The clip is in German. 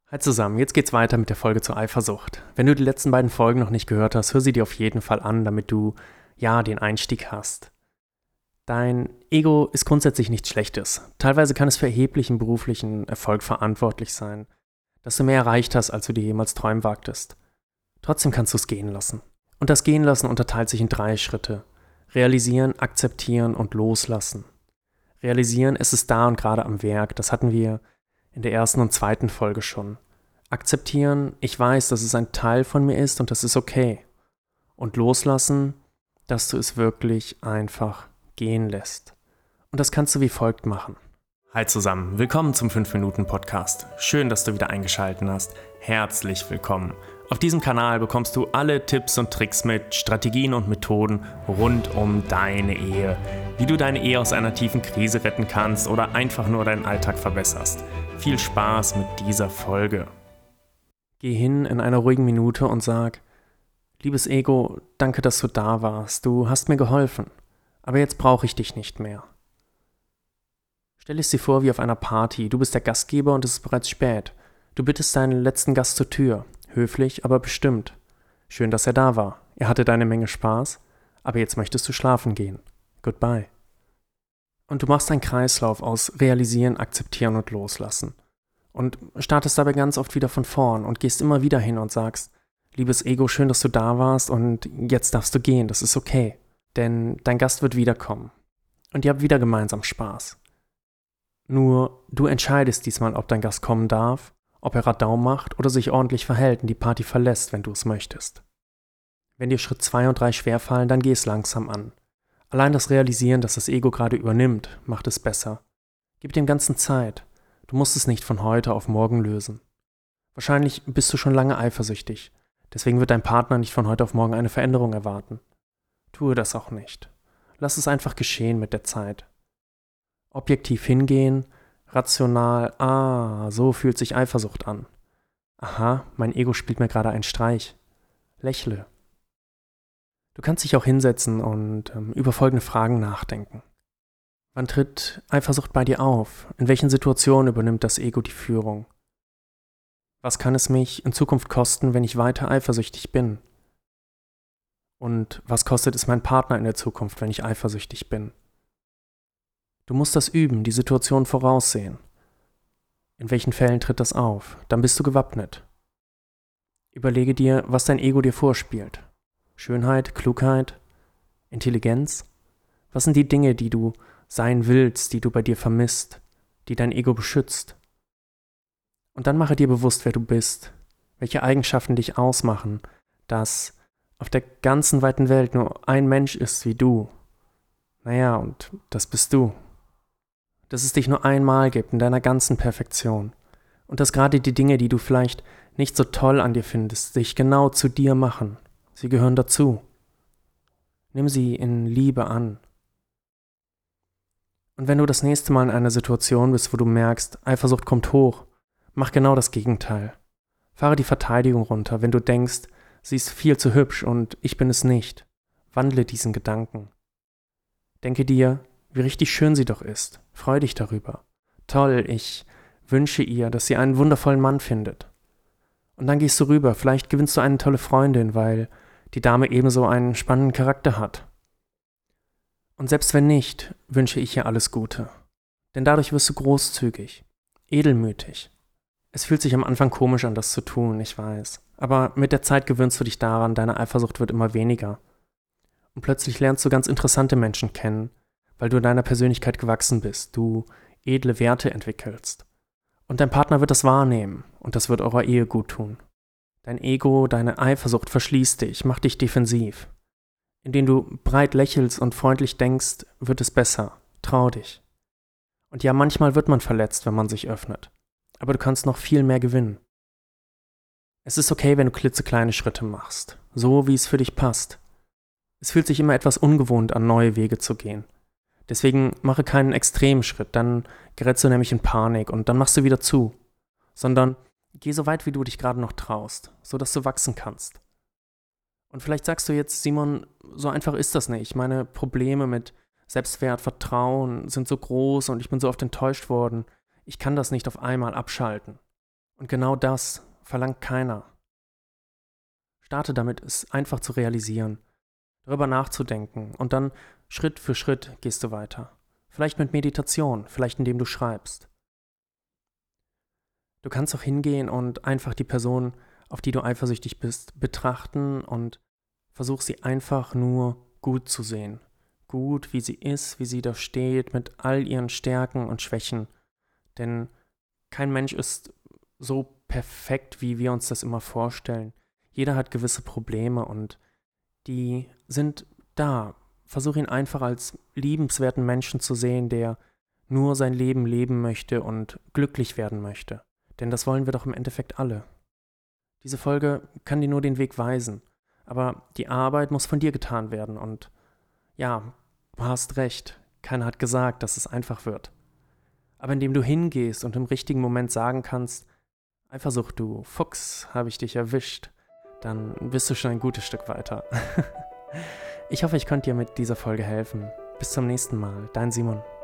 Hi zusammen, jetzt geht's weiter mit der Folge zur Eifersucht. Wenn du die letzten beiden Folgen noch nicht gehört hast, hör sie dir auf jeden Fall an, damit du, den Einstieg hast. Dein Ego ist grundsätzlich nichts Schlechtes. Teilweise kann es für erheblichen beruflichen Erfolg verantwortlich sein, dass du mehr erreicht hast, als du dir jemals träumen wagtest. Trotzdem kannst du es gehen lassen. Und das Gehen lassen unterteilt sich in 3 Schritte. Realisieren, akzeptieren und loslassen. Realisieren, es ist da und gerade am Werk. Das hatten wir in der 1. und 2. Folge schon. Akzeptieren, ich weiß, dass es ein Teil von mir ist und das ist okay. Und loslassen, dass du es wirklich einfach gehen lässt. Und das kannst du wie folgt machen. Hi zusammen, willkommen zum 5-Minuten-Podcast. Schön, dass du wieder eingeschaltet hast. Herzlich willkommen. Auf diesem Kanal bekommst du alle Tipps und Tricks mit, Strategien und Methoden rund um deine Ehe. Wie du deine Ehe aus einer tiefen Krise retten kannst oder einfach nur deinen Alltag verbesserst. Viel Spaß mit dieser Folge. Geh hin in einer ruhigen Minute und sag: Liebes Ego, danke, dass du da warst. Du hast mir geholfen. Aber jetzt brauche ich dich nicht mehr. Stell es dir vor wie auf einer Party. Du bist der Gastgeber und es ist bereits spät. Du bittest deinen letzten Gast zur Tür. Höflich, aber bestimmt. Schön, dass er da war. Er hatte deine Menge Spaß. Aber jetzt möchtest du schlafen gehen. Goodbye. Und du machst einen Kreislauf aus Realisieren, Akzeptieren und Loslassen. Und startest dabei ganz oft wieder von vorn und gehst immer wieder hin und sagst: Liebes Ego, schön, dass du da warst und jetzt darfst du gehen, das ist okay. Denn dein Gast wird wiederkommen. Und ihr habt wieder gemeinsam Spaß. Nur, du entscheidest diesmal, ob dein Gast kommen darf, ob er Radau macht oder sich ordentlich verhält und die Party verlässt, wenn du es möchtest. Wenn dir Schritt 2 und 3 schwerfallen, dann geh es langsam an. Allein das Realisieren, dass das Ego gerade übernimmt, macht es besser. Gib dem Ganzen Zeit. Du musst es nicht von heute auf morgen lösen. Wahrscheinlich bist du schon lange eifersüchtig. Deswegen wird dein Partner nicht von heute auf morgen eine Veränderung erwarten. Tue das auch nicht. Lass es einfach geschehen mit der Zeit. Objektiv hingehen, rational, so fühlt sich Eifersucht an. Aha, mein Ego spielt mir gerade einen Streich. Lächle. Du kannst dich auch hinsetzen und über folgende Fragen nachdenken. Wann tritt Eifersucht bei dir auf? In welchen Situationen übernimmt das Ego die Führung? Was kann es mich in Zukunft kosten, wenn ich weiter eifersüchtig bin? Und was kostet es mein Partner in der Zukunft, wenn ich eifersüchtig bin? Du musst das üben, die Situation voraussehen. In welchen Fällen tritt das auf? Dann bist du gewappnet. Überlege dir, was dein Ego dir vorspielt. Schönheit, Klugheit, Intelligenz? Was sind die Dinge, die du sein willst, die du bei dir vermisst, die dein Ego beschützt? Und dann mache dir bewusst, wer du bist, welche Eigenschaften dich ausmachen, dass auf der ganzen weiten Welt nur ein Mensch ist wie du. Und das bist du. Dass es dich nur einmal gibt in deiner ganzen Perfektion. Und dass gerade die Dinge, die du vielleicht nicht so toll an dir findest, sich genau zu dir machen. Sie gehören dazu. Nimm sie in Liebe an. Und wenn du das nächste Mal in einer Situation bist, wo du merkst, Eifersucht kommt hoch, mach genau das Gegenteil. Fahre die Verteidigung runter, wenn du denkst, sie ist viel zu hübsch und ich bin es nicht. Wandle diesen Gedanken. Denke dir, wie richtig schön sie doch ist. Freu dich darüber. Toll, ich wünsche ihr, dass sie einen wundervollen Mann findet. Und dann gehst du rüber, vielleicht gewinnst du eine tolle Freundin, weil die Dame ebenso einen spannenden Charakter hat. Und selbst wenn nicht, wünsche ich ihr alles Gute. Denn dadurch wirst du großzügig, edelmütig. Es fühlt sich am Anfang komisch an, das zu tun, ich weiß. Aber mit der Zeit gewöhnst du dich daran, deine Eifersucht wird immer weniger. Und plötzlich lernst du ganz interessante Menschen kennen, weil du deiner Persönlichkeit gewachsen bist, du edle Werte entwickelst. Und dein Partner wird das wahrnehmen und das wird eurer Ehe gut tun. Dein Ego, deine Eifersucht verschließt dich, macht dich defensiv. Indem du breit lächelst und freundlich denkst, wird es besser. Trau dich. Und ja, manchmal wird man verletzt, wenn man sich öffnet. Aber du kannst noch viel mehr gewinnen. Es ist okay, wenn du klitzekleine Schritte machst, so wie es für dich passt. Es fühlt sich immer etwas ungewohnt an, neue Wege zu gehen. Deswegen mache keinen extremen Schritt, dann gerätst du nämlich in Panik und dann machst du wieder zu. Sondern geh so weit, wie du dich gerade noch traust, sodass du wachsen kannst. Und vielleicht sagst du jetzt, Simon, so einfach ist das nicht. Meine Probleme mit Selbstwert, Vertrauen sind so groß und ich bin so oft enttäuscht worden. Ich kann das nicht auf einmal abschalten. Und genau das verlangt keiner. Starte damit, es einfach zu realisieren, darüber nachzudenken und dann Schritt für Schritt gehst du weiter. Vielleicht mit Meditation, vielleicht indem du schreibst. Du kannst auch hingehen und einfach die Person, auf die du eifersüchtig bist, betrachten und versuch sie einfach nur gut zu sehen. Gut, wie sie ist, wie sie da steht, mit all ihren Stärken und Schwächen. Denn kein Mensch ist so perfekt, wie wir uns das immer vorstellen. Jeder hat gewisse Probleme und die sind da. Versuch ihn einfach als liebenswerten Menschen zu sehen, der nur sein Leben leben möchte und glücklich werden möchte. Denn das wollen wir doch im Endeffekt alle. Diese Folge kann dir nur den Weg weisen, aber die Arbeit muss von dir getan werden und ja, du hast recht, keiner hat gesagt, dass es einfach wird. Aber indem du hingehst und im richtigen Moment sagen kannst, Eifersucht, du Fuchs, habe ich dich erwischt, dann bist du schon ein gutes Stück weiter. Ich hoffe, ich konnte dir mit dieser Folge helfen. Bis zum nächsten Mal, dein Simon.